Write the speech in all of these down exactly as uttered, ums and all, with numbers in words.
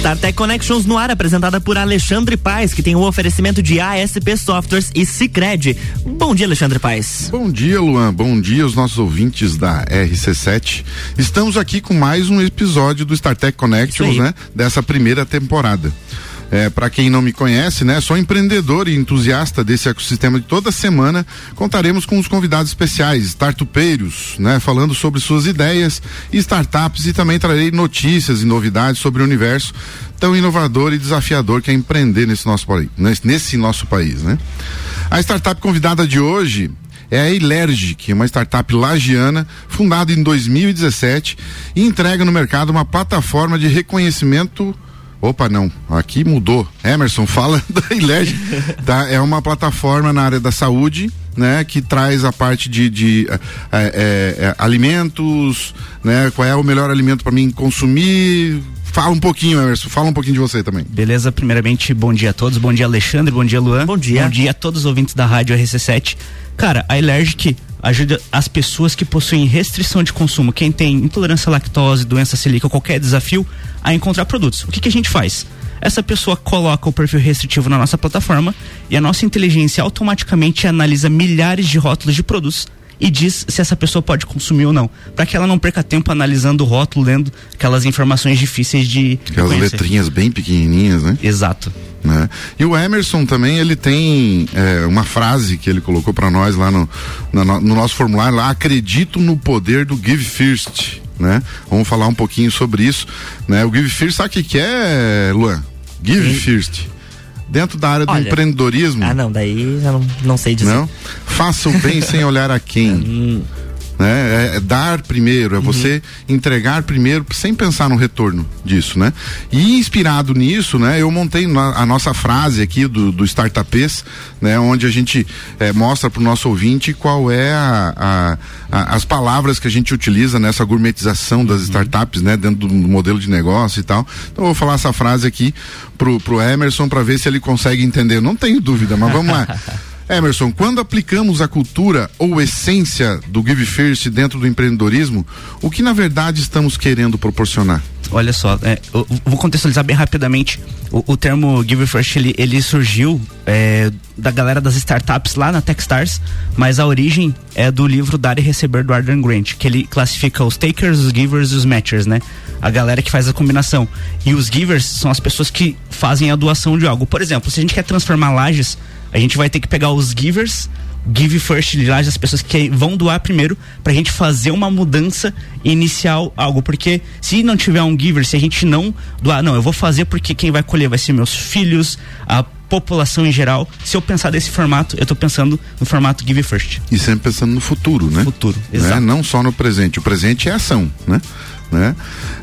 StarTech Connections no ar, apresentada por Alexandre Paes, que tem o um oferecimento de A S P Softwares e Sicredi. Bom dia, Alexandre Paes. Bom dia, Luan. Bom dia aos nossos ouvintes da R C sete. Estamos aqui com mais um episódio do StarTech Connections, né? Dessa primeira temporada. É, para quem não me conhece, né, sou empreendedor e entusiasta desse ecossistema. De toda semana contaremos com os convidados especiais, startupeiros, né, falando sobre suas ideias e startups, e também trarei notícias e novidades sobre o universo tão inovador e desafiador que é empreender nesse nosso país, nesse nosso país, né? A startup convidada de hoje é a Ilergic, uma startup lagiana fundada em dois mil e dezessete e entrega no mercado uma plataforma de reconhecimento. Opa, não, aqui mudou. Emerson, fala da Ilergic, tá? É uma plataforma na área da saúde, né? Que traz a parte de, de é, é, é, alimentos, né? Qual é o melhor alimento para mim consumir? Fala um pouquinho, Emerson, fala um pouquinho de você também. Beleza, primeiramente, bom dia a todos, bom dia, Alexandre, bom dia, Luan. Bom dia. Bom dia a todos os ouvintes da rádio R C sete. Cara, a Ilergic ajuda as pessoas que possuem restrição de consumo, quem tem intolerância à lactose, doença celíaca ou qualquer desafio, a encontrar produtos. O que que a gente faz? Essa pessoa coloca o perfil restritivo na nossa plataforma e a nossa inteligência automaticamente analisa milhares de rótulos de produtos e diz se essa pessoa pode consumir ou não, para que ela não perca tempo analisando o rótulo, lendo aquelas informações difíceis de aquelas reconhecer. Letrinhas bem pequenininhas, né? Exato. Né? E o Emerson também, ele tem é, uma frase que ele colocou para nós lá no, no, no nosso formulário lá: acredito no poder do Give First, né? Vamos falar um pouquinho sobre isso, né? O Give First, sabe o que que é, Luan? Give Sim. First. Dentro da área do Olha, empreendedorismo. Ah, não, daí já não, não sei dizer. Não? Faça o bem sem olhar a quem. Né? É, é dar primeiro, é uhum. você entregar primeiro sem pensar no retorno disso, né? E inspirado nisso, né? Eu montei na, a nossa frase aqui do, do Startupês, né? Onde a gente é, mostra para o nosso ouvinte qual é a, a, a, as palavras que a gente utiliza nessa gourmetização das uhum. startups, né? Dentro do modelo de negócio e tal. Então eu vou falar essa frase aqui pro, pro Emerson para ver se ele consegue entender. Não tenho dúvida, mas vamos lá. Emerson, quando aplicamos a cultura ou essência do Give First dentro do empreendedorismo, o que na verdade estamos querendo proporcionar? Olha só, é, eu vou contextualizar bem rapidamente. O, o termo Give First, ele, ele surgiu é, da galera das startups lá na Techstars, mas a origem é do livro Dar e Receber do Adam Grant, que ele classifica os takers, os givers e os matchers, né? A galera que faz a combinação. E os givers são as pessoas que fazem a doação de algo. Por exemplo, se a gente quer transformar lajes, a gente vai ter que pegar os givers, give first de lajes, as pessoas que vão doar primeiro, pra gente fazer uma mudança inicial, algo, porque se não tiver um giver, se a gente não doar, não, eu vou fazer porque quem vai colher vai ser meus filhos, a população em geral. Se eu pensar desse formato, eu tô pensando no formato give first. E sempre pensando no futuro, né? Futuro, né? exato. Não só no presente, o presente é ação, né? Né?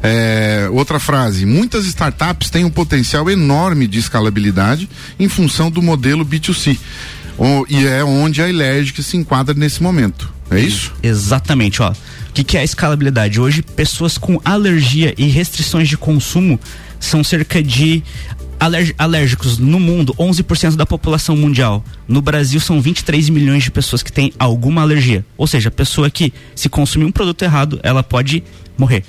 É, outra frase: muitas startups têm um potencial enorme de escalabilidade em função do modelo B dois C, o, e é onde a Ilergic se enquadra nesse momento, é isso? Exatamente, ó. O que, que é a escalabilidade? Hoje, pessoas com alergia e restrições de consumo são cerca de alerg- alérgicos no mundo, onze por cento da população mundial. No Brasil são vinte e três milhões de pessoas que têm alguma alergia, ou seja, a pessoa que se consumir um produto errado, ela pode morrer.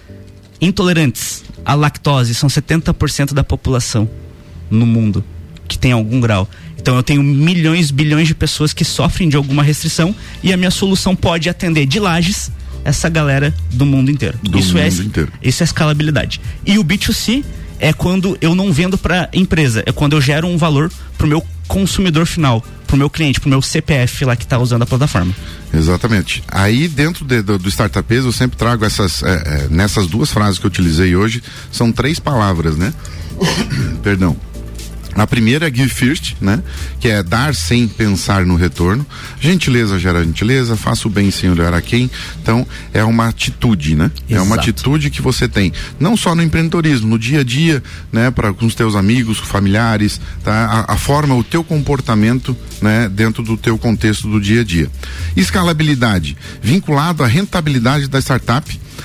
Intolerantes à lactose são setenta por cento da população no mundo que tem algum grau. Então eu tenho milhões, bilhões de pessoas que sofrem de alguma restrição e a minha solução pode atender de Lages essa galera do mundo inteiro. Do isso mundo é inteiro. Isso é escalabilidade. E o B dois C é quando eu não vendo para empresa, é quando eu gero um valor pro meu consumidor final, pro meu cliente, pro meu C P F lá que tá usando a plataforma. Exatamente. Aí dentro de, do, do Startupês eu sempre trago essas, é, é, nessas duas frases que eu utilizei hoje, são três palavras, né? Perdão. A primeira é Give First, né? Que é dar sem pensar no retorno. Gentileza gera gentileza, faça o bem sem olhar a quem. Então, é uma atitude, né? Exato. É uma atitude que você tem, não só no empreendedorismo, no dia a dia, né? Para com os teus amigos, familiares, tá? A, a forma, o teu comportamento, né? Dentro do teu contexto do dia a dia. Escalabilidade, vinculado à rentabilidade da startup,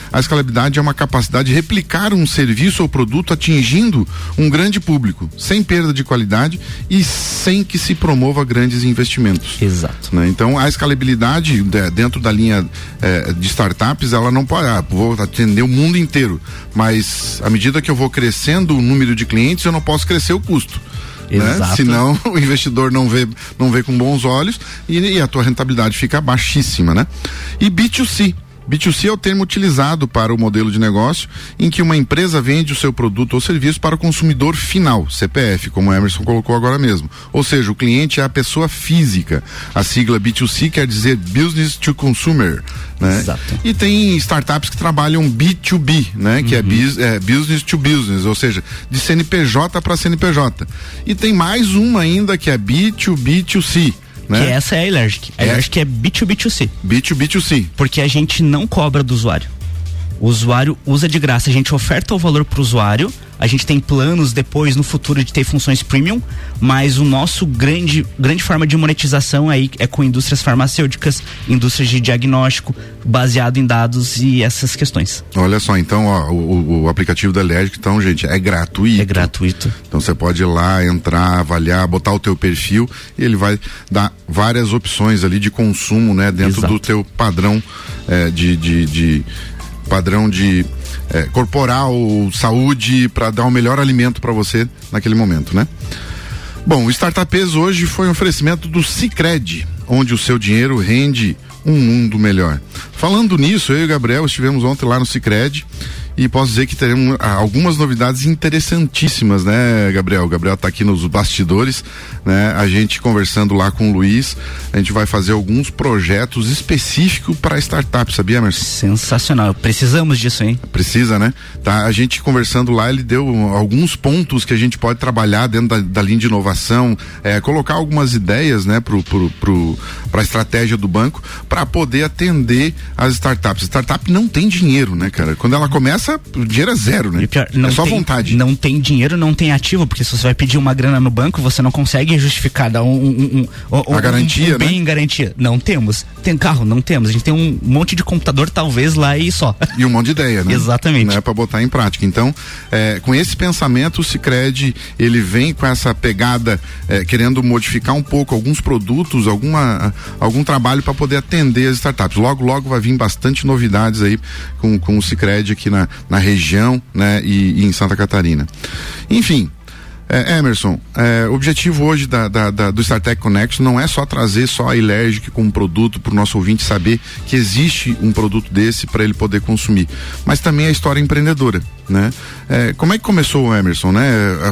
A escalabilidade é uma capacidade de replicar um serviço ou produto atingindo um grande público, sem perda de qualidade e sem que se promova grandes investimentos. Exato. Né? Então, a escalabilidade de, dentro da linha eh, de startups, ela não pode, ah, vou atender o mundo inteiro, mas à medida que eu vou crescendo o número de clientes, eu não posso crescer o custo. Né? Senão o investidor não vê, não vê com bons olhos e, e a tua rentabilidade fica baixíssima, né? E B dois C. B dois C é o termo utilizado para o modelo de negócio em que uma empresa vende o seu produto ou serviço para o consumidor final, C P F, como o Emerson colocou agora mesmo. Ou seja, o cliente é a pessoa física. A sigla B dois C quer dizer Business to Consumer, né? Exato. E tem startups que trabalham B dois B, né? Que uhum. é, bis, é Business to Business, ou seja, de C N P J para C N P J. E tem mais uma ainda que é B dois B dois C. Né? Que essa é a Elergic. A é. Elergic é B dois B dois C. B dois B dois C. Porque a gente não cobra do usuário. O usuário usa de graça, a gente oferta o valor para o usuário, a gente tem planos depois no futuro de ter funções premium, mas o nosso grande, grande forma de monetização aí é com indústrias farmacêuticas, indústrias de diagnóstico, baseado em dados e essas questões. Olha só, então, ó, o, o aplicativo da Elergic, então, gente, é gratuito. É gratuito. Então você pode ir lá, entrar, avaliar, botar o teu perfil e ele vai dar várias opções ali de consumo, né, dentro Exato. do teu padrão é, de, de, de padrão de é, corporal, saúde, para dar o melhor alimento para você naquele momento, né? Bom, o Startupês hoje foi um oferecimento do Sicredi, onde o seu dinheiro rende um mundo melhor. Falando nisso, eu e o Gabriel estivemos ontem lá no Sicredi e posso dizer que teremos ah, algumas novidades interessantíssimas, né, Gabriel? O Gabriel tá aqui nos bastidores, né? A gente conversando lá com o Luiz, a gente vai fazer alguns projetos específicos para startup, sabia, Emerson? Sensacional, precisamos disso, hein? Precisa, né? Tá, a gente conversando lá, ele deu alguns pontos que a gente pode trabalhar dentro da, da linha de inovação, é, colocar algumas ideias, né, pro, pro, pro, pra estratégia do banco, para poder atender as startups. Startup não tem dinheiro, né, cara? Quando ela começa, o dinheiro é zero, né? Pior, não é só tem, vontade. Não tem dinheiro, não tem ativo, porque se você vai pedir uma grana no banco, você não consegue justificar, dar um, um, um, um, a garantia, um, um bem né? em garantia. Não temos. Tem carro? Não temos. A gente tem um monte de computador, talvez, lá e só. E um monte de ideia, né? Exatamente. Né? Para botar em prática. Então, é, com esse pensamento, o Sicredi, ele vem com essa pegada, é, querendo modificar um pouco alguns produtos, alguma, algum trabalho para poder atender as startups. Logo, logo vai vir bastante novidades aí com, com o Sicredi aqui na, na região, né? E, e em Santa Catarina. Enfim, é, Emerson, é, o objetivo hoje da, da, da, do StarTech Connect não é só trazer só a Elergic como produto para o nosso ouvinte saber que existe um produto desse para ele poder consumir, mas também a história empreendedora, né? É, como é que começou o Emerson, né? A,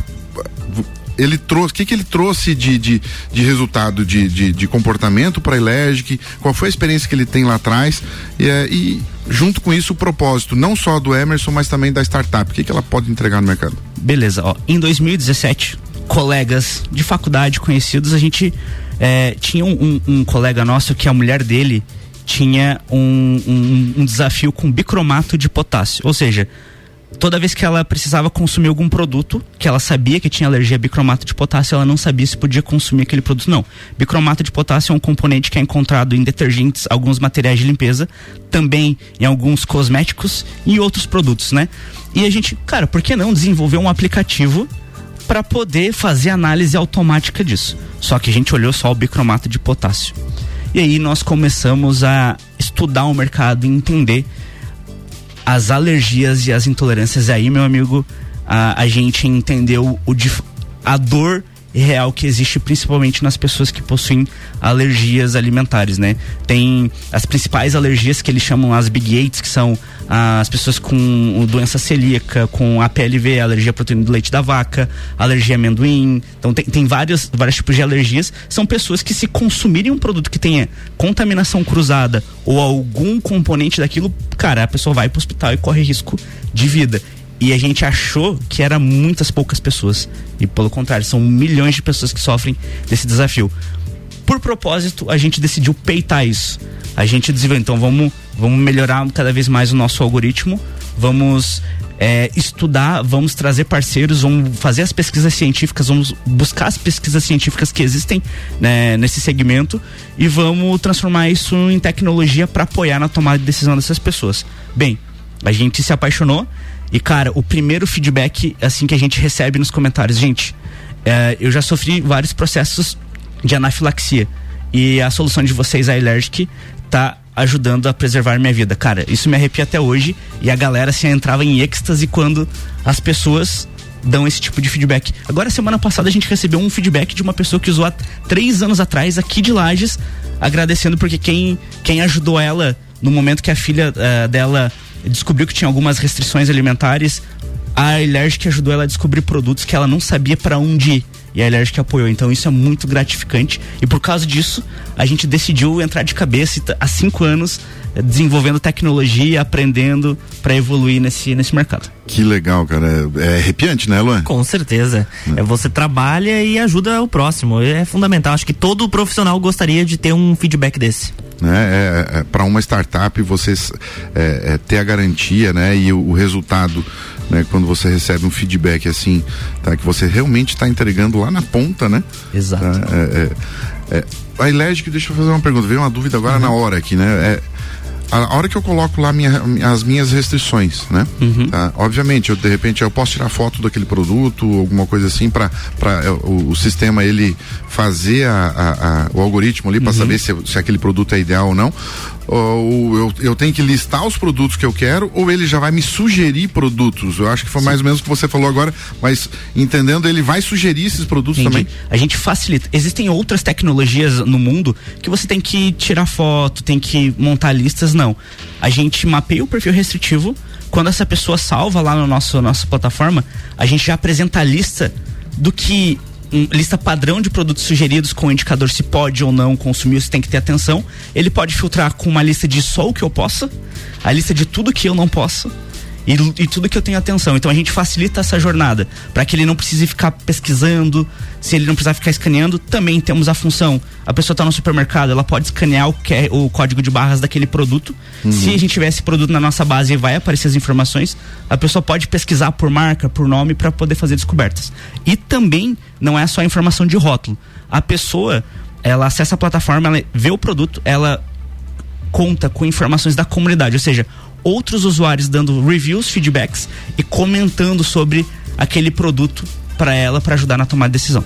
ele trouxe, o que que ele trouxe de, de, de resultado de, de, de comportamento para a Elergic, qual foi a experiência que ele tem lá atrás e, é, e junto com isso o propósito, não só do Emerson, mas também da startup, o que que ela pode entregar no mercado? Beleza, ó, em dois mil e dezessete, colegas de faculdade conhecidos, a gente é, tinha um, um, um colega nosso que a mulher dele tinha um, um, um desafio com bicromato de potássio, ou seja, toda vez que ela precisava consumir algum produto, que ela sabia que tinha alergia a bicromato de potássio, ela não sabia se podia consumir aquele produto, não. Bicromato de potássio é um componente que é encontrado em detergentes, alguns materiais de limpeza, também em alguns cosméticos e outros produtos, né? E a gente, cara, por que não desenvolver um aplicativo para poder fazer análise automática disso? Só que a gente olhou só o bicromato de potássio. E aí nós começamos a estudar o mercado e entender as alergias e as intolerâncias. Aí, meu amigo, a, a gente entendeu o, a dor real que existe principalmente nas pessoas que possuem alergias alimentares, né? Tem as principais alergias que eles chamam as Big Eights, que são as pessoas com doença celíaca, com A P L V, alergia à proteína do leite da vaca, alergia a amendoim. Então tem, tem vários, vários tipos de alergias. São pessoas que, se consumirem um produto que tenha contaminação cruzada ou algum componente daquilo, cara, a pessoa vai pro hospital e corre risco de vida. E a gente achou que eram muitas poucas pessoas. E pelo contrário, são milhões de pessoas que sofrem desse desafio. Por propósito, a gente decidiu peitar isso. A gente desenvolveu, então vamos, vamos melhorar cada vez mais o nosso algoritmo, vamos é, estudar, vamos trazer parceiros, vamos fazer as pesquisas científicas, vamos buscar as pesquisas científicas que existem, né, nesse segmento, e vamos transformar isso em tecnologia para apoiar na tomada de decisão dessas pessoas. Bem, A gente se apaixonou e, cara, o primeiro feedback, assim, que a gente recebe nos comentários, gente, é, eu já sofri vários processos de anafilaxia e a solução de vocês, a Allergic, tá ajudando a preservar minha vida. Cara, isso me arrepia até hoje e a galera assim entrava em êxtase quando as pessoas dão esse tipo de feedback. Agora, semana passada a gente recebeu um feedback de uma pessoa que usou há três anos atrás aqui de Lages, agradecendo porque quem, quem ajudou ela no momento que a filha uh, dela descobriu que tinha algumas restrições alimentares, a Allergic ajudou ela a descobrir produtos que ela não sabia para onde ir. E a Allergic apoiou, então isso é muito gratificante e por causa disso a gente decidiu entrar de cabeça há cinco anos desenvolvendo tecnologia, aprendendo para evoluir nesse, nesse mercado. Que legal, cara, é, é arrepiante, né, Luan? Com certeza, é. Você trabalha e ajuda o próximo, é fundamental, acho que todo profissional gostaria de ter um feedback desse. Né, é, é, para uma startup vocês é, é, ter a garantia, né, e o, o resultado, né, quando você recebe um feedback assim, tá, que você realmente está entregando lá na ponta, né? Exato. Tá, é, é, é, a Allergic, deixa eu fazer uma pergunta, veio uma dúvida agora uhum. na hora aqui, né? É, a hora que eu coloco lá minha, as minhas restrições, né? Uhum. Tá? Obviamente, eu, de repente eu posso tirar foto daquele produto, alguma coisa assim, para o, o sistema ele fazer a, a, a, o algoritmo ali para uhum. saber se, se aquele produto é ideal ou não. Ou eu, eu tenho que listar os produtos que eu quero, ou ele já vai me sugerir produtos. Eu acho que foi Sim. mais ou menos o que você falou agora, mas entendendo, ele vai sugerir esses produtos Entendi. Também. A gente facilita. Existem outras tecnologias no mundo que você tem que tirar foto, tem que montar listas, não. A gente mapeia o perfil restritivo, quando essa pessoa salva lá no nosso nossa plataforma, a gente já apresenta a lista do que Um, lista padrão de produtos sugeridos com indicador se pode ou não consumir, se tem que ter atenção. Ele pode filtrar com uma lista de só o que eu possa, a lista de tudo que eu não posso e, e tudo que eu tenho atenção. Então a gente facilita essa jornada para que ele não precise ficar pesquisando, se ele não precisar ficar escaneando. Também temos a função, a pessoa está no supermercado, ela pode escanear o, que é, o código de barras daquele produto. Uhum. Se a gente tiver esse produto na nossa base e vai aparecer as informações, a pessoa pode pesquisar por marca, por nome, para poder fazer descobertas. E também não é só a informação de rótulo. A pessoa, ela acessa a plataforma, ela vê o produto, ela conta com informações da comunidade, ou seja, outros usuários dando reviews, feedbacks e comentando sobre aquele produto para ela, para ajudar na tomada de decisão.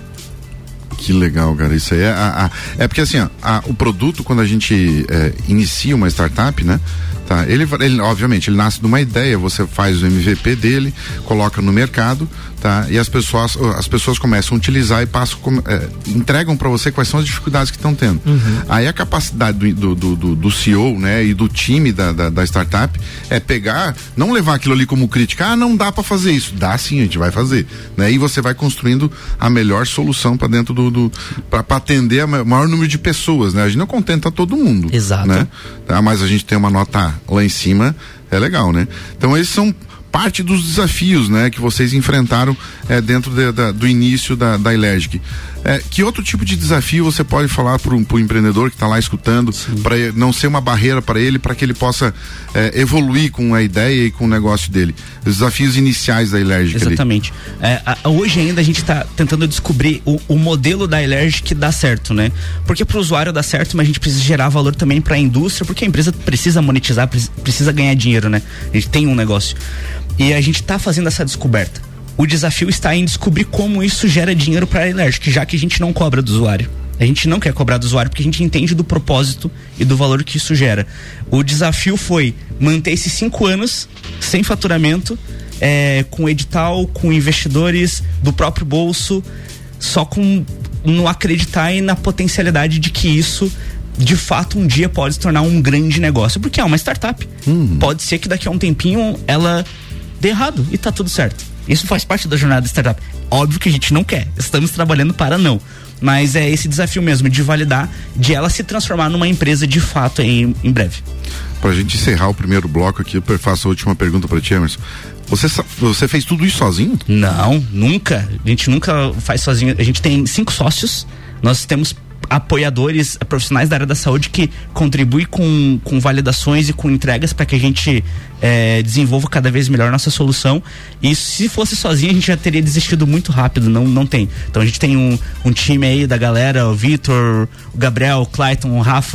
Que legal, cara, isso aí é a, a, é porque assim, ó, a, o produto, quando a gente é, inicia uma startup, né, tá, ele, ele, obviamente, ele nasce de uma ideia, você faz o M V P dele, coloca no mercado, tá, e as pessoas, as pessoas começam a utilizar e passam, é, entregam para você quais são as dificuldades que estão tendo. Uhum. Aí a capacidade do, do, do, do C E O, né, e do time da, da, da startup é pegar, não levar aquilo ali como crítica, ah, não dá para fazer isso, dá sim, a gente vai fazer, né, e você vai construindo a melhor solução para dentro do, do para atender o maior número de pessoas, né, a gente não contenta todo mundo. Exato. Né, tá, mas a gente tem uma nota lá em cima, é legal, né, então esses são parte dos desafios, né, que vocês enfrentaram é, dentro de, da, do início da, da Allergic. É, que outro tipo de desafio você pode falar para um empreendedor que está lá escutando, para não ser uma barreira para ele, para que ele possa é, evoluir com a ideia e com o negócio dele? Os desafios iniciais da Allergic. Exatamente. É, a, hoje ainda a gente está tentando descobrir o, o modelo da Allergic que dá certo, né? Porque para o usuário dá certo, mas a gente precisa gerar valor também para a indústria, porque a empresa precisa monetizar, precisa ganhar dinheiro, né? A gente tem um negócio. E a gente está fazendo essa descoberta. O desafio está em descobrir como isso gera dinheiro para a Allergic, já que a gente não cobra do usuário. A gente não quer cobrar do usuário porque a gente entende do propósito e do valor que isso gera. O desafio foi manter esses cinco anos sem faturamento, é, com edital, com investidores do próprio bolso, só com no acreditar e na potencialidade de que isso de fato um dia pode se tornar um grande negócio, porque é uma startup. Uhum. Pode ser que daqui a um tempinho ela dê errado e tá tudo certo. Isso faz parte da jornada da startup. Óbvio que a gente não quer, estamos trabalhando para não, mas é esse desafio mesmo de validar, de ela se transformar numa empresa de fato em, em breve. Pra gente encerrar o primeiro bloco aqui, eu faço a última pergunta para ti, Emerson. Você, você fez tudo isso sozinho? Não, nunca. A gente nunca faz sozinho. A gente tem cinco sócios, nós temos apoiadores, profissionais da área da saúde que contribuem com, com validações e com entregas para que a gente é, desenvolva cada vez melhor a nossa solução. E se fosse sozinho a gente já teria desistido muito rápido, não, não tem. Então a gente tem um, um time aí da galera, o Vitor, o Gabriel, o Clayton, o Rafa,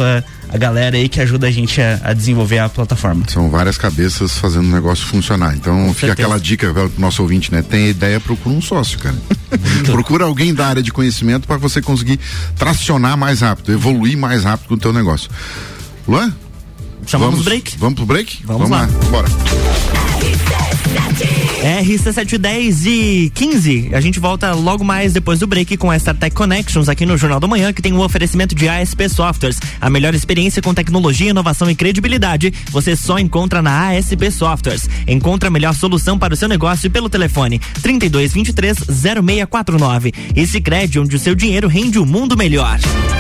a galera aí que ajuda a gente a, a desenvolver a plataforma. São várias cabeças fazendo o negócio funcionar. Então Com fica certeza. Aquela dica pro nosso ouvinte, né? Tem ideia, procura um sócio, cara. Procura alguém da área de conhecimento para você conseguir tracionar mais rápido, evoluir mais rápido com o teu negócio. Luan? Chamamos o break? Vamos pro break? Vamos, vamos lá. lá. Bora. R C sete dez e quinze. A gente volta logo mais depois do break com a StarTech Connections aqui no Jornal da Manhã, que tem um oferecimento de A S P Softwares. A melhor experiência com tecnologia, inovação e credibilidade você só encontra na A S P Softwares. Encontra a melhor solução para o seu negócio pelo telefone trinta e dois, vinte e três, zero seis quatro nove. E Sicredi, onde o seu dinheiro rende um mundo melhor.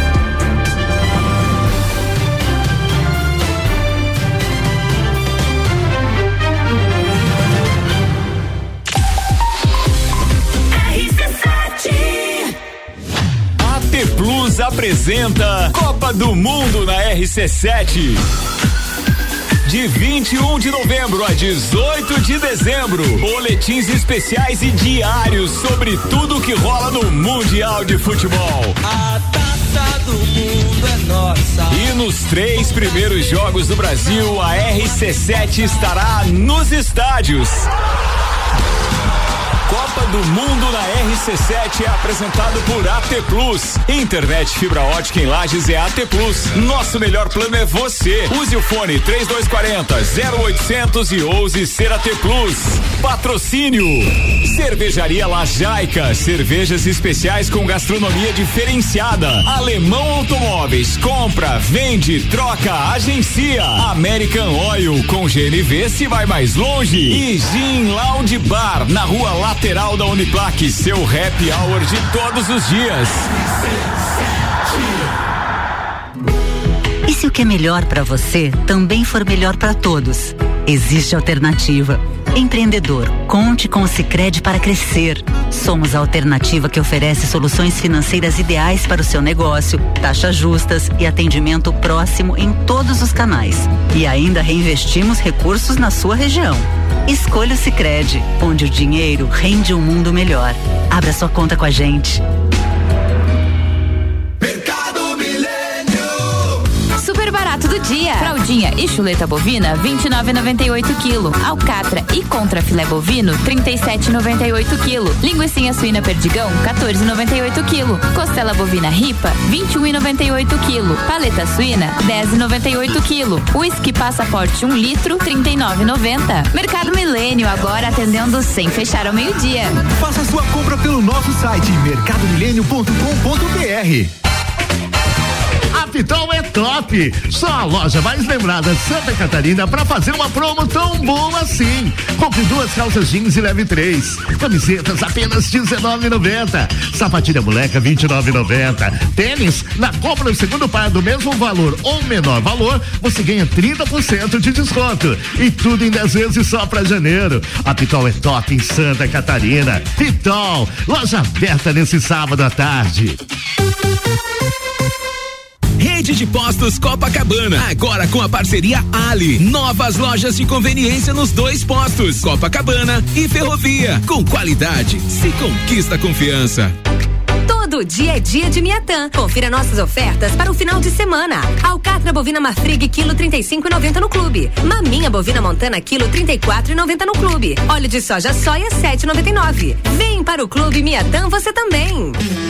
Plus apresenta Copa do Mundo na R C sete. De vinte e um de novembro a dezoito de dezembro, boletins especiais e diários sobre tudo que rola no Mundial de Futebol. A taça do mundo é nossa. E nos três primeiros jogos do Brasil, a R C sete estará nos estádios. Copa do Mundo na R C sete é apresentado por A T Plus. Internet fibra ótica em Lages é A T Plus. Nosso melhor plano é você. Use o fone três dois quatro zero, zero oitocentos e ouse ser A T Plus. Patrocínio Cervejaria Lajaica, cervejas especiais com gastronomia diferenciada. Alemão Automóveis, compra, vende, troca, agencia. American Oil, com G N V se vai mais longe. E Gin Lounge Bar, na rua lateral da Uniplac, seu happy hour de todos os dias. E se o que é melhor para você também for melhor para todos? Existe alternativa. Empreendedor, conte com o Sicredi para crescer. Somos a alternativa que oferece soluções financeiras ideais para o seu negócio, taxas justas e atendimento próximo em todos os canais. E ainda reinvestimos recursos na sua região. Escolha o Sicredi, onde o dinheiro rende um mundo melhor. Abra sua conta com a gente. Super barato do dia. Fraldinha e chuleta bovina vinte e nove reais e noventa e oito centavos quilo. Alcatra e contra filé bovino trinta e sete reais e noventa e oito centavos quilo. Linguicinha suína perdigão quatorze reais e noventa e oito centavos quilo. Costela bovina ripa vinte e um reais e noventa e oito centavos quilo. Paleta suína dez reais e noventa e oito centavos quilo. Whisky Passaporte um litro trinta e nove reais e noventa centavos. Mercado Milênio agora atendendo sem fechar ao meio-dia. Faça sua compra pelo nosso site mercado milênio ponto com ponto br. A Pitol é top! Só a loja mais lembrada de Santa Catarina para fazer uma promo tão boa assim. Compre duas calças jeans e leve três. Camisetas apenas dezenove reais e noventa centavos. Sapatilha moleca vinte e nove reais e noventa centavos. Tênis, na compra do segundo par do mesmo valor ou menor valor, você ganha trinta por cento de desconto. E tudo em dez vezes só para janeiro. A Pitol é top em Santa Catarina. Pitol, loja aberta nesse sábado à tarde. Rede de Postos Copacabana, agora com a parceria Ali. Novas lojas de conveniência nos dois postos, Copacabana e Ferrovia. Com qualidade, se conquista confiança. Todo dia é dia de Miatã. Confira nossas ofertas para o final de semana. Alcatra bovina Marfrig, quilo trinta e cinco reais e noventa no clube. Maminha bovina Montana, quilo trinta e quatro reais e noventa no clube. Óleo de soja soia, sete reais e noventa e nove. Vem para o clube Miatã você também.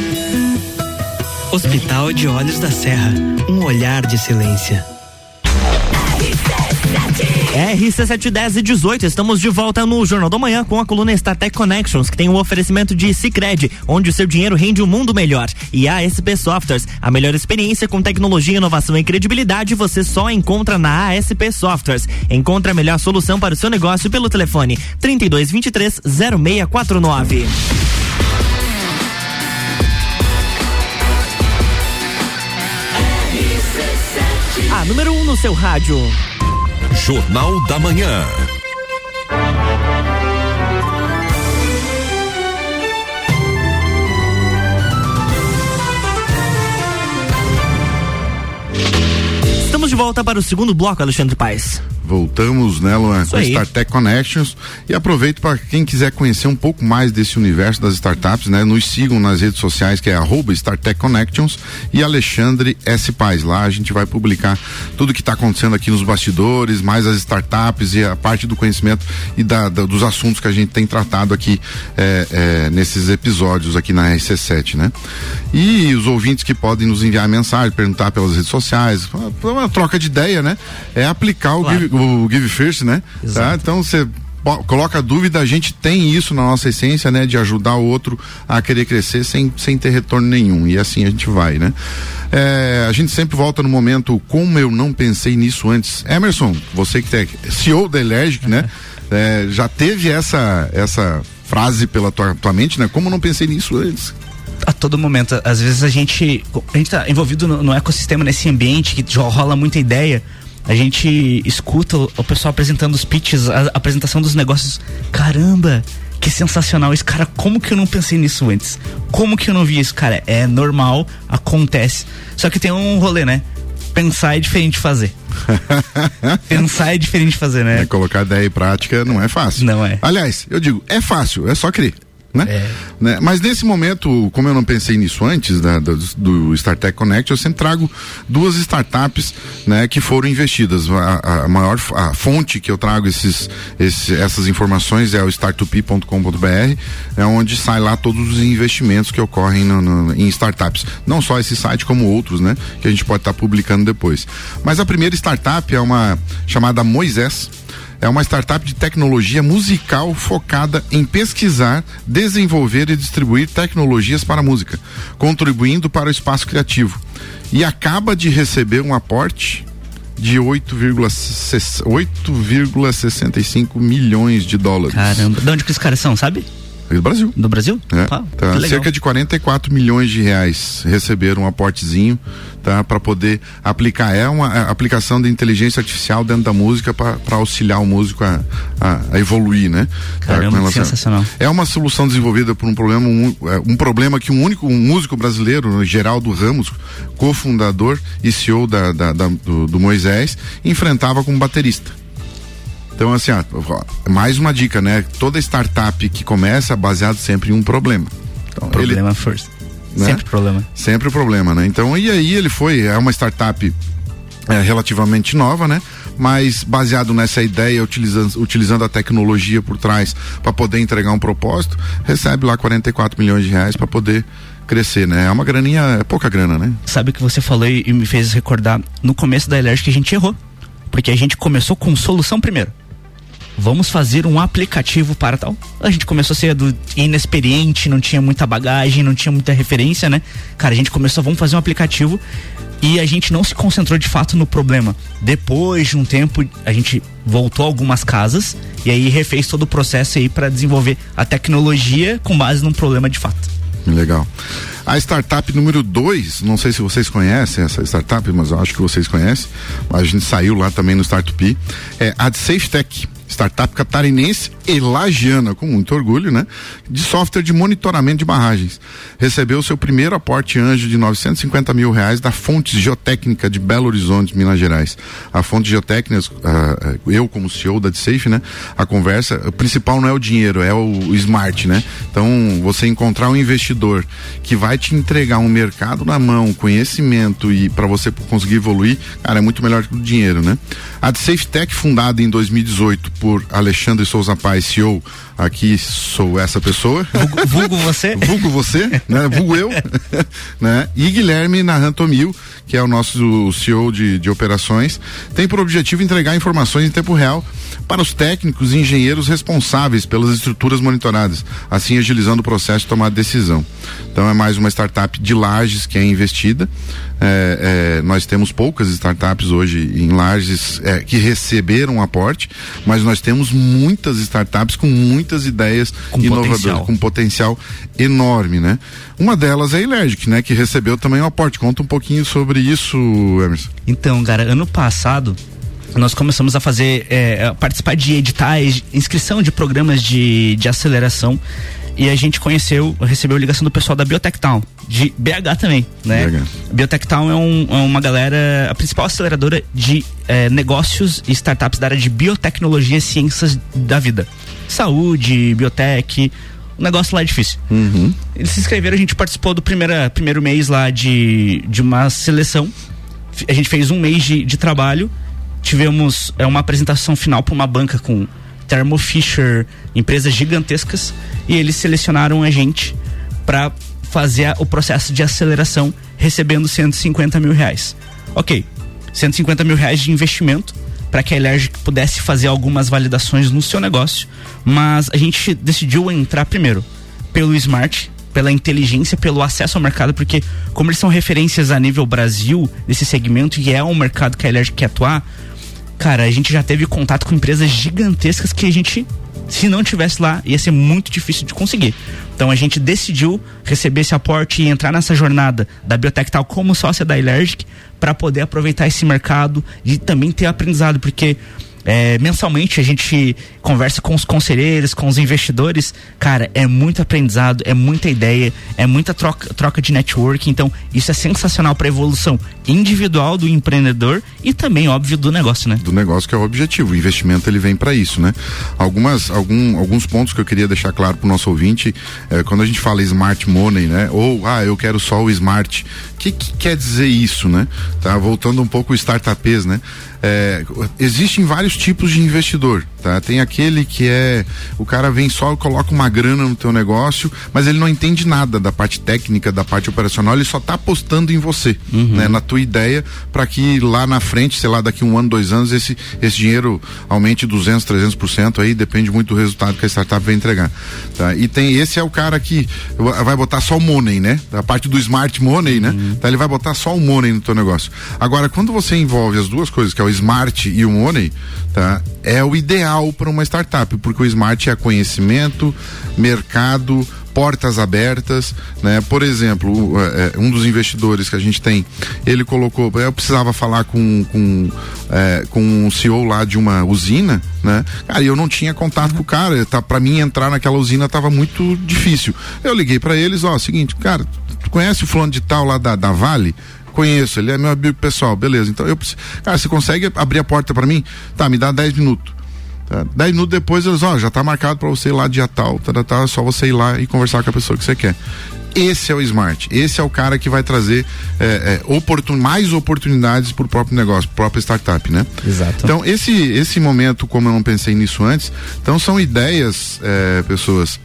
Hospital de Olhos da Serra, um olhar de excelência. R C sete dez e dezoito, estamos de volta no Jornal da Manhã com a coluna StarTech Connections, que tem um oferecimento de Sicredi, onde o seu dinheiro rende um mundo melhor. E a A S P Softwares, a melhor experiência com tecnologia, inovação e credibilidade você só encontra na A S P Softwares. Encontre a melhor solução para o seu negócio pelo telefone trinta e dois, vinte e três, zero seis quatro nove. A número um no seu rádio. Jornal da Manhã. Estamos de volta para o segundo bloco, Alexandre Paes. Voltamos, né, Luan, com StarTech Connections, e aproveito para quem quiser conhecer um pouco mais desse universo das startups, né, nos sigam nas redes sociais, que é arroba StarTech Connections e Alexandre S. Paes. Lá a gente vai publicar tudo que está acontecendo aqui nos bastidores, mais as startups e a parte do conhecimento e da, da, dos assuntos que a gente tem tratado aqui é, é, nesses episódios aqui na R C sete, né? E os ouvintes que podem nos enviar mensagem, perguntar pelas redes sociais, uma, uma troca de ideia, né? É aplicar claro. o Give, o Give First, né? Tá? Então você coloca dúvida, a gente tem isso na nossa essência, né? De ajudar o outro a querer crescer sem, sem ter retorno nenhum, e assim a gente vai, né? É, a gente sempre volta no momento, como eu não pensei nisso antes. Emerson, você que é C E O da Elergic, né? É, já teve essa, essa frase pela tua, tua mente, né? Como eu não pensei nisso antes? A todo momento, às vezes a gente a gente tá envolvido no, no ecossistema, nesse ambiente que já rola muita ideia. A gente escuta o, o pessoal apresentando os pitches, a, a apresentação dos negócios. Caramba, que sensacional isso, cara. Como que eu não pensei nisso antes? Como que eu não vi isso? Cara, é normal, acontece. Só que tem um rolê, né? Pensar é diferente de fazer. Pensar é diferente de fazer, né? É, colocar ideia em prática não é fácil. Não é. Aliás, eu digo, é fácil, é só crer. Né? É. Né? Mas nesse momento, como eu não pensei nisso antes da, do, do StarTech Connect, eu sempre trago duas startups, né, que foram investidas. A, a maior a fonte que eu trago esses, esse, essas informações é o startup ponto com ponto b r, é onde sai lá todos os investimentos que ocorrem no, no, em startups. Não só esse site, como outros, né, que a gente pode estar tá publicando depois. Mas a primeira startup é uma chamada Moisés. É uma startup de tecnologia musical focada em pesquisar, desenvolver e distribuir tecnologias para a música, contribuindo para o espaço criativo. E acaba de receber um aporte de oito vírgula sessenta e cinco milhões de dólares. Caramba, de onde que os caras são, sabe? Do Brasil. Do Brasil? É, ah, tá, cerca de quarenta e quatro milhões de reais receberam um aportezinho, tá, para poder aplicar. É uma é, aplicação de inteligência artificial dentro da música para auxiliar o músico a, a, a evoluir, né? Caramba, tá, sensacional. É uma solução desenvolvida por um problema, um, um problema que um único um músico brasileiro, Geraldo Ramos, cofundador e C E O da, da, da, do, do Moisés, enfrentava como baterista. Então, assim, ó, mais uma dica, né? Toda startup que começa é baseado sempre em um problema. Então, problema ele, first. Né? Sempre problema. Sempre problema, né? Então, e aí ele foi, é uma startup é, relativamente nova, né? Mas baseado nessa ideia, utilizando, utilizando a tecnologia por trás para poder entregar um propósito, recebe lá quarenta e quatro milhões de reais para poder crescer, né? É uma graninha, é pouca grana, né? Sabe o que você falou e, e me fez recordar, no começo da Elergic que a gente errou, porque a gente começou com solução primeiro. Vamos fazer um aplicativo para tal. A gente começou a ser do inexperiente, não tinha muita bagagem, não tinha muita referência, né? Cara, a gente começou, vamos fazer um aplicativo, e a gente não se concentrou de fato no problema. Depois de um tempo, a gente voltou a algumas casas e aí refez todo o processo aí para desenvolver a tecnologia com base num problema de fato. Legal. A startup número dois, não sei se vocês conhecem essa startup, mas eu acho que vocês conhecem. A gente saiu lá também no Startup, é a SafeTech. Startup catarinense e lagiana, com muito orgulho, né? De software de monitoramento de barragens. Recebeu seu primeiro aporte anjo de novecentos e cinquenta mil reais da Fontes Geotécnica de Belo Horizonte, Minas Gerais. A Fontes Geotécnica, uh, eu como C E O da Safe, né? A conversa, o principal não é o dinheiro, é o, o smart, né? Então, você encontrar um investidor que vai te entregar um mercado na mão, conhecimento e para você conseguir evoluir, cara, é muito melhor que o dinheiro, né? A SafeTech, fundada em dois mil e dezoito por Alexandre Souza Paes, C E O, aqui sou essa pessoa. Vulgo, vulgo você? Vulgo você, né? Vulgo eu, né? E Guilherme Narantomil, que é o nosso C E O de, de operações, tem por objetivo entregar informações em tempo real para os técnicos e engenheiros responsáveis pelas estruturas monitoradas, assim agilizando o processo de tomar decisão. Então é mais uma startup de Lages que é investida. É, é, nós temos poucas startups hoje em Lages é, que receberam um aporte, mas nós temos muitas startups com muitas ideias com inovadoras, potencial. com potencial enorme, né? Uma delas é a Elergic, né? Que recebeu também um aporte. Conta um pouquinho sobre isso, Emerson. Então, cara, ano passado nós começamos a fazer, é, a participar de editais, inscrição de programas de, de aceleração. e a gente conheceu, recebeu ligação do pessoal da Biotech Town, de B H também, né? B H. Biotech Town é, um, é uma galera, a principal aceleradora de é, negócios e startups da área de biotecnologia e ciências da vida. Saúde, biotech, o negócio lá é difícil. Uhum. Eles se inscreveram, a gente participou do primeira, primeiro mês lá de, de uma seleção. A gente fez um mês de, de trabalho, tivemos é, uma apresentação final para uma banca com Thermo Fisher, empresas gigantescas, e eles selecionaram a gente para fazer a, o processo de aceleração, recebendo cento e cinquenta mil reais. Ok, cento e cinquenta mil reais de investimento para que a Elergic pudesse fazer algumas validações no seu negócio, mas a gente decidiu entrar primeiro pelo Smart, pela inteligência, pelo acesso ao mercado, porque como eles são referências a nível Brasil desse segmento e é um mercado que a Elergic quer atuar, cara, a gente já teve contato com empresas gigantescas que a gente, se não tivesse lá, ia ser muito difícil de conseguir. Então a gente decidiu receber esse aporte e entrar nessa jornada da Biotech Tal como sócia da Elergic para poder aproveitar esse mercado e também ter aprendizado, porque É, mensalmente a gente conversa com os conselheiros, com os investidores, cara, é muito aprendizado, é muita ideia, é muita troca, troca de network, então isso é sensacional para a evolução individual do empreendedor e também, óbvio, do negócio, né? Do negócio, que é o objetivo, o investimento ele vem para isso, né? Algumas, algum, alguns pontos que eu queria deixar claro pro nosso ouvinte, é, quando a gente fala smart money, né? Ou, ah, eu quero só o smart, o que, que quer dizer isso, né? Tá, voltando um pouco o startupês, né? É, existem vários tipos de investidor, tá? Tem aquele que é, o cara vem só e coloca uma grana no teu negócio, mas ele não entende nada da parte técnica, da parte operacional, ele só tá apostando em você, uhum. né? Na tua ideia, para que lá na frente, sei lá, daqui um ano, dois anos, esse, esse dinheiro aumente duzentos, trezentos por cento aí, depende muito do resultado que a startup vai entregar, tá? E tem, esse é o cara que vai botar só o money, né? A parte do smart money, né? Uhum. Tá, ele vai botar só o money no teu negócio. Agora, quando você envolve as duas coisas, que é o smart e o money, tá? É o ideal para uma startup, porque o smart é conhecimento, mercado, portas abertas, né? Por exemplo, um dos investidores que a gente tem, ele colocou, eu precisava falar com com, é, com um C E O lá de uma usina, né? Cara, eu não tinha contato com o cara, tá, para mim entrar naquela usina tava muito difícil. Eu liguei para eles, ó, seguinte, cara, tu conhece o fulano de tal lá da, da Vale? Conheço, ele é meu amigo pessoal, beleza, então eu preciso, cara, você consegue abrir a porta para mim? Tá, me dá dez minutos. Tá? dez minutos depois eles, ó, já tá marcado para você ir lá dia tal, tá, tá, é só você ir lá e conversar com a pessoa que você quer. Esse é o smart, esse é o cara que vai trazer é, é, oportun, mais oportunidades pro próprio negócio, pro próprio startup, né? Exato. Então esse, esse momento, como eu não pensei nisso antes, então são ideias, é, pessoas,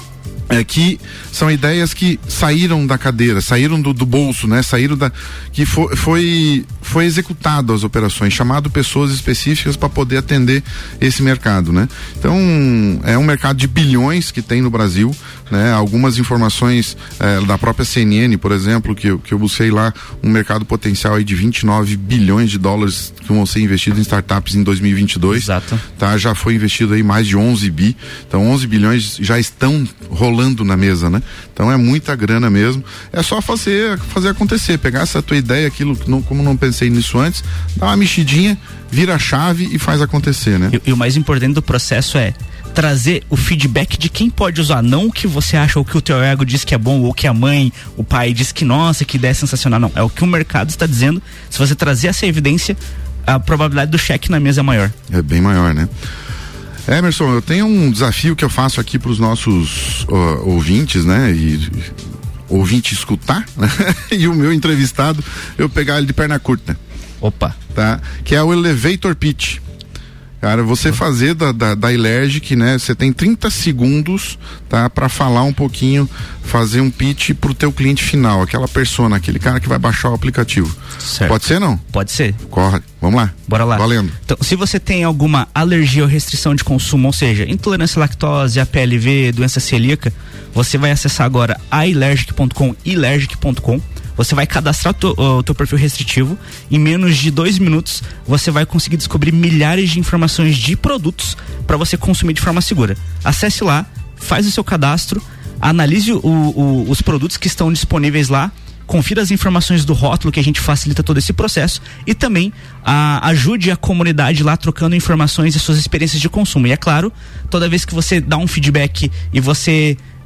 é que são ideias que saíram da cadeira, saíram do, do bolso, né? Saíram da, que foi, foi, foi executado as operações, chamado pessoas específicas para poder atender esse mercado, né? Então, é um mercado de bilhões que tem no Brasil, né? Algumas informações eh, da própria C N N, por exemplo, que eu, que eu busquei lá, um mercado potencial aí de vinte e nove bilhões de dólares que vão ser investidos em startups em dois mil e vinte e dois. Exato. Tá? Já foi investido aí mais de onze bi, então onze bilhões já estão rolando na mesa, né? Então é muita grana mesmo, é só fazer, fazer acontecer, pegar essa tua ideia, aquilo que não, como não pensei nisso antes, dá uma mexidinha, vira a chave e faz acontecer, né? E, e o mais importante do processo é trazer o feedback de quem pode usar, não o que você acha, ou o que o teu ego diz que é bom, ou que a mãe, o pai diz que nossa, que ideia sensacional, não, é o que o mercado está dizendo. Se você trazer essa evidência, a probabilidade do cheque na mesa é maior. É bem maior, né? Emerson, eu tenho um desafio que eu faço aqui para os nossos uh, ouvintes, né? E ouvinte escutar, né? E o meu entrevistado, eu pegar ele de perna curta. Opa. Tá? Que é o Elevator Pitch. Cara, você fazer da, da, da Elergic, né? Você tem trinta segundos, tá? Pra falar um pouquinho, fazer um pitch pro teu cliente final, aquela persona, aquele cara que vai baixar o aplicativo. Certo. Pode ser, não? Pode ser. Corre. Vamos lá. Bora lá. Valendo. Então, se você tem alguma alergia ou restrição de consumo, ou seja, intolerância à lactose, a P L V, doença celíaca, você vai acessar agora a ilergic ponto com, ilergic ponto com. Você vai cadastrar o teu perfil restritivo. Em menos de dois minutos, você vai conseguir descobrir milhares de informações de produtos para você consumir de forma segura. Acesse lá, faz o seu cadastro, analise o, o, os produtos que estão disponíveis lá, confira as informações do rótulo, que a gente facilita todo esse processo, e também a, ajude a comunidade lá trocando informações e suas experiências de consumo. E é claro, toda vez que você dá um feedback e você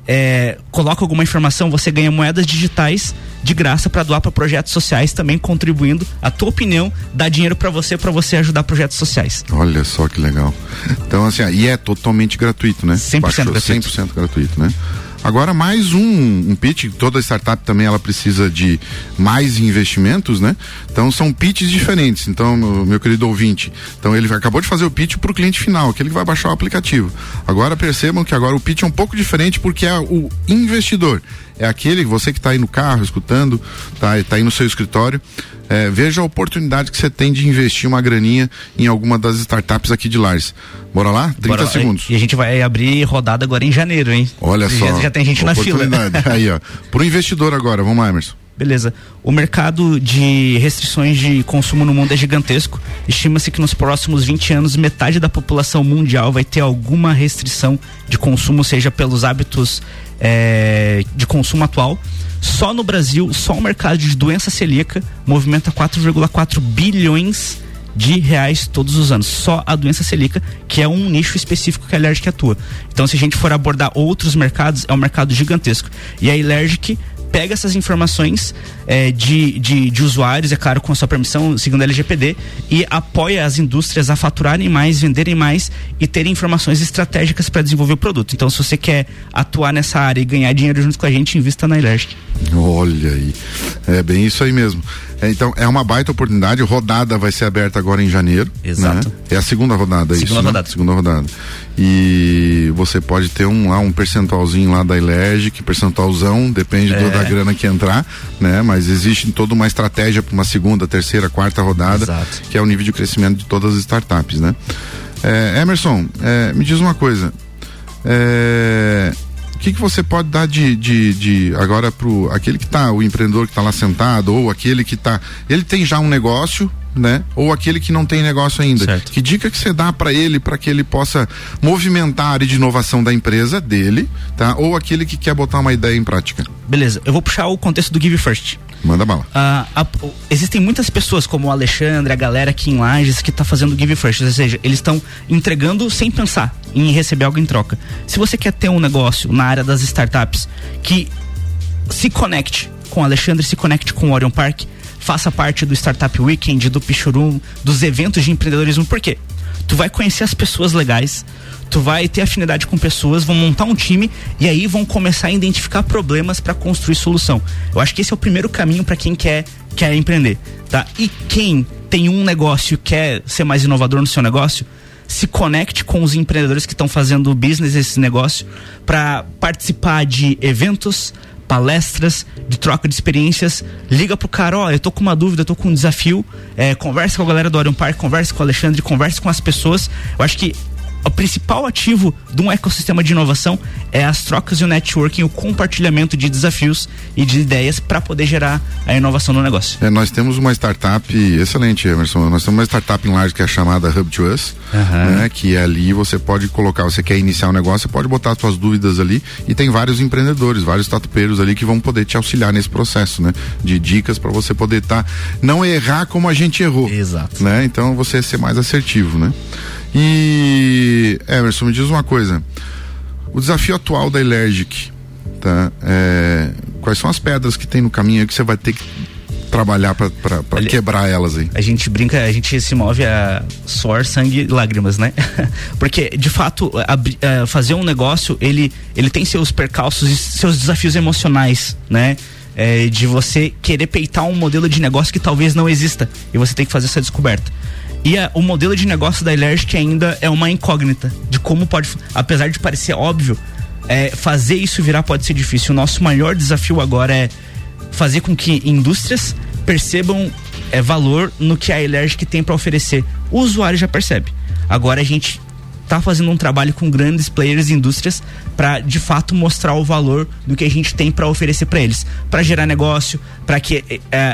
é, coloca alguma informação, você ganha moedas digitais de graça para doar para projetos sociais, também contribuindo. A tua opinião dá dinheiro para você, para você ajudar projetos sociais. Olha só que legal. Então, assim, e é totalmente gratuito, né? cem por cento Baixou, gratuito. cem por cento gratuito, né? Agora, mais um, um pitch, toda startup também ela precisa de mais investimentos, né? Então, são pitches diferentes. Então, meu, meu querido ouvinte, então ele acabou de fazer o pitch para o cliente final, aquele que vai baixar o aplicativo. Agora, percebam que agora o pitch é um pouco diferente porque é o investidor. É aquele, você que está aí no carro, escutando, tá, tá aí no seu escritório, é, veja a oportunidade que você tem de investir uma graninha em alguma das startups aqui de Lages. Bora lá? trinta Bora, segundos. E a gente vai abrir rodada agora em janeiro, hein? Olha só. Já, já tem gente na fila. Aí, ó. Pro investidor agora, vamos lá, Emerson. Beleza. O mercado de restrições de consumo no mundo é gigantesco. Estima-se que nos próximos vinte anos, metade da população mundial vai ter alguma restrição de consumo, seja pelos hábitos é, de consumo atual. Só no Brasil, só o mercado de doença celíaca movimenta quatro vírgula quatro bilhões de reais todos os anos. Só a doença celíaca, que é um nicho específico que a Allergic atua. Então, se a gente for abordar outros mercados, é um mercado gigantesco. E a Allergic pega essas informações é, de, de, de usuários, é claro, com a sua permissão, segundo a L G P D, e apoia as indústrias a faturarem mais, venderem mais e terem informações estratégicas para desenvolver o produto. Então, se você quer atuar nessa área e ganhar dinheiro junto com a gente, invista na Allergic. Olha aí, é bem isso aí mesmo. É, então, é uma baita oportunidade. Rodada vai ser aberta agora em janeiro. Exato. Né? É a segunda rodada, segunda isso, rodada. Né? Segunda rodada. E você pode ter um lá, um percentualzinho lá da Allergic, percentualzão, depende É. do, da grana que entrar, né? Mas existe toda uma estratégia para uma segunda, terceira, quarta rodada, Exato. que é o nível de crescimento de todas as startups, né? É, Emerson, é, me diz uma coisa. É, o que que você pode dar de, de, de agora pro aquele que tá, o empreendedor que tá lá sentado, ou aquele que tá, ele tem já um negócio, né? Ou aquele que não tem negócio ainda. Certo. Que dica que você dá para ele, para que ele possa movimentar a área de inovação da empresa dele, tá? Ou aquele que quer botar uma ideia em prática? Beleza, eu vou puxar o contexto do Give First. Manda bala. Ah, a, existem muitas pessoas como o Alexandre, a galera aqui em Lages que está fazendo Give First, ou seja, eles estão entregando sem pensar em receber algo em troca. Se você quer ter um negócio na área das startups que se conecte com o Alexandre, se conecte com o Orion Park, faça parte do Startup Weekend, do Pichurum, dos eventos de empreendedorismo. Por quê? Tu vai conhecer as pessoas legais, tu vai ter afinidade com pessoas, vão montar um time e aí vão começar a identificar problemas para construir solução. Eu acho que esse é o primeiro caminho para quem quer, quer empreender, tá? E quem tem um negócio e quer ser mais inovador no seu negócio, se conecte com os empreendedores que estão fazendo business esse negócio para participar de eventos, palestras, de troca de experiências. Liga pro cara, ó, eu tô com uma dúvida, eu tô com um desafio, é, conversa com a galera do Orion Park, conversa com o Alexandre, conversa com as pessoas. Eu acho que o principal ativo de um ecossistema de inovação é as trocas e o networking, o compartilhamento de desafios e de ideias para poder gerar a inovação no negócio. É, nós temos uma startup excelente, Emerson. Nós temos uma startup em Lages que é chamada Hub to Us, Uhum. né? Que ali você pode colocar, você quer iniciar um negócio, você pode botar as suas dúvidas ali e tem vários empreendedores, vários startupeiros ali que vão poder te auxiliar nesse processo, né? De dicas para você poder estar, tá, não errar como a gente errou. Exato. Né? Então você ser mais assertivo, né? E Emerson, me diz uma coisa, o desafio atual da Allergic, tá? É, quais são as pedras que tem no caminho aí que você vai ter que trabalhar para quebrar elas aí? A gente brinca, a gente se move a suor, sangue e lágrimas, né? Porque, de fato, a, a fazer um negócio, ele, ele tem seus percalços e seus desafios emocionais, né? É, de você querer peitar um modelo de negócio que talvez não exista e você tem que fazer essa descoberta. E a, o modelo de negócio da Allergic ainda é uma incógnita de como pode, apesar de parecer óbvio, é, fazer isso virar pode ser difícil. O nosso maior desafio agora é fazer com que indústrias percebam é, valor no que a Allergic tem para oferecer. O usuário já percebe. Agora a gente tá fazendo um trabalho com grandes players e indústrias para de fato mostrar o valor do que a gente tem para oferecer para eles, para gerar negócio, para que é,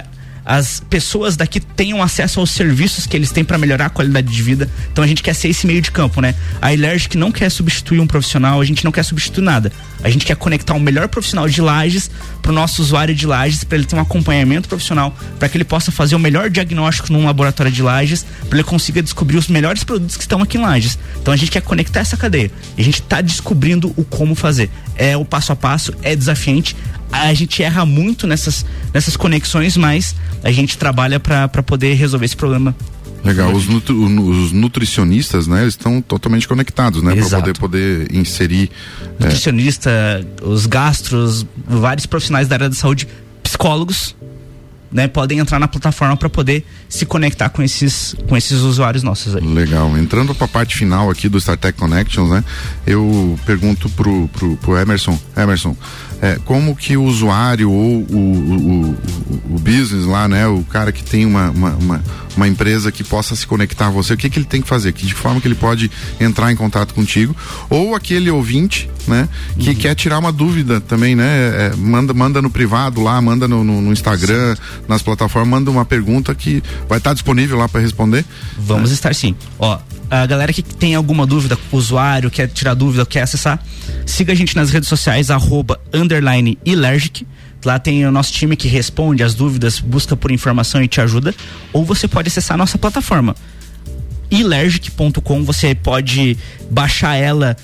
as pessoas daqui tenham acesso aos serviços que eles têm para melhorar a qualidade de vida. Então a gente quer ser esse meio de campo, né? A Ilergic não quer substituir um profissional, a gente não quer substituir nada. A gente quer conectar o melhor profissional de Lages pro nosso usuário de Lages, para ele ter um acompanhamento profissional, para que ele possa fazer o melhor diagnóstico num laboratório de Lages, para ele consiga descobrir os melhores produtos que estão aqui em Lages. Então a gente quer conectar essa cadeia. E a gente tá descobrindo o como fazer. É o passo a passo, é desafiante. A gente erra muito nessas, nessas conexões, mas a gente trabalha para poder resolver esse problema. Legal, os, nutri, os nutricionistas, né, eles estão totalmente conectados, né, para poder poder inserir nutricionista, é... os gastros, vários profissionais da área da saúde, psicólogos, né, podem entrar na plataforma para poder se conectar com esses com esses usuários nossos aí. Legal. Entrando para a parte final aqui do StarTech Connections, né, eu pergunto pro pro, pro Emerson, Emerson, é, como que o usuário ou o, o, o, o business lá, né, o cara que tem uma, uma, uma, uma empresa que possa se conectar a você, o que que ele tem que fazer? Que de forma que ele pode entrar em contato contigo? Ou aquele ouvinte, né, que uhum. quer tirar uma dúvida também, né, é, manda, manda no privado lá, manda no, no, no Instagram, sim. nas plataformas, manda uma pergunta que vai estar disponível lá para responder? Vamos é. estar sim. Ó, a galera que tem alguma dúvida, usuário, quer tirar dúvida, quer acessar, siga a gente nas redes sociais, arroba, underline, Ilergic. Lá tem o nosso time que responde as dúvidas, busca por informação e te ajuda. Ou você pode acessar a nossa plataforma, ilergic ponto com. Você pode baixar ela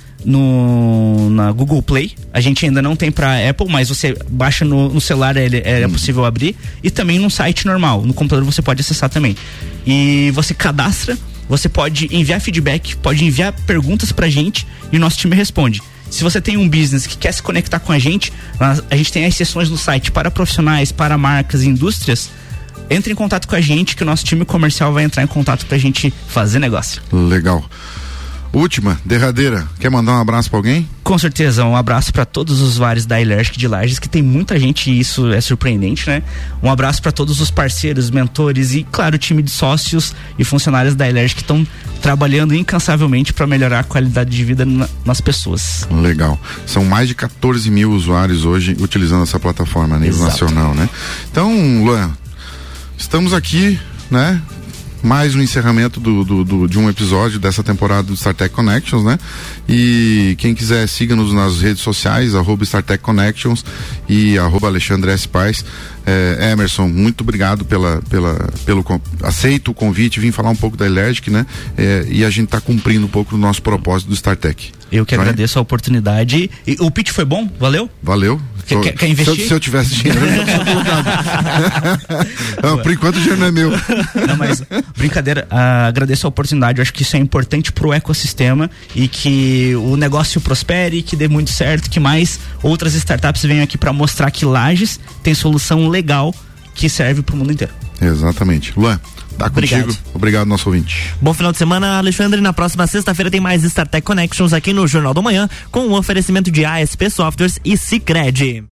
no na Google Play. A gente ainda não tem para Apple, mas você baixa no, no celular, ele, é, é possível abrir. E também no site normal, no computador você pode acessar também. E você cadastra, você pode enviar feedback, pode enviar perguntas pra gente e o nosso time responde. Se você tem um business que quer se conectar com a gente, a gente tem as sessões no site para profissionais, para marcas e indústrias. Entre em contato com a gente que o nosso time comercial vai entrar em contato pra gente fazer negócio. Legal. Última, derradeira, quer mandar um abraço pra alguém? Com certeza, um abraço para todos os usuários da Ilergic de Lages, que tem muita gente e isso é surpreendente, né? Um abraço para todos os parceiros, mentores e, claro, o time de sócios e funcionários da Ilergic que estão trabalhando incansavelmente para melhorar a qualidade de vida na, nas pessoas. Legal. São mais de quatorze mil usuários hoje utilizando essa plataforma a nível Exato. nacional, né? Então, Luan, estamos aqui, né? Mais um encerramento do, do, do, de um episódio dessa temporada do StarTech Connections, né? E quem quiser, siga-nos nas redes sociais, arroba StarTech Connections e arroba Alexandre S. Paz. É, Emerson, muito obrigado pela, pela, pelo aceito o convite, vim falar um pouco da Ilergic, né? É, e a gente está cumprindo um pouco do nosso propósito do StarTech. Eu que agradeço a oportunidade. E o pitch foi bom? Valeu? Valeu. Quer, quer, quer investir? Se eu, se eu tivesse dinheiro, eu tinha colocado. Não, por enquanto o dinheiro não é meu. Não, mas brincadeira, uh, agradeço a oportunidade. Eu acho que isso é importante pro ecossistema e que o negócio prospere, que dê muito certo, que mais outras startups venham aqui para mostrar que Lages tem solução legal que serve pro mundo inteiro. Exatamente. Luan, tá Obrigado. contigo. Obrigado, nosso ouvinte. Bom final de semana, Alexandre. Na próxima sexta-feira tem mais StarTech Connections aqui no Jornal do Manhã, com o um oferecimento de A S P Softwares e Sicredi.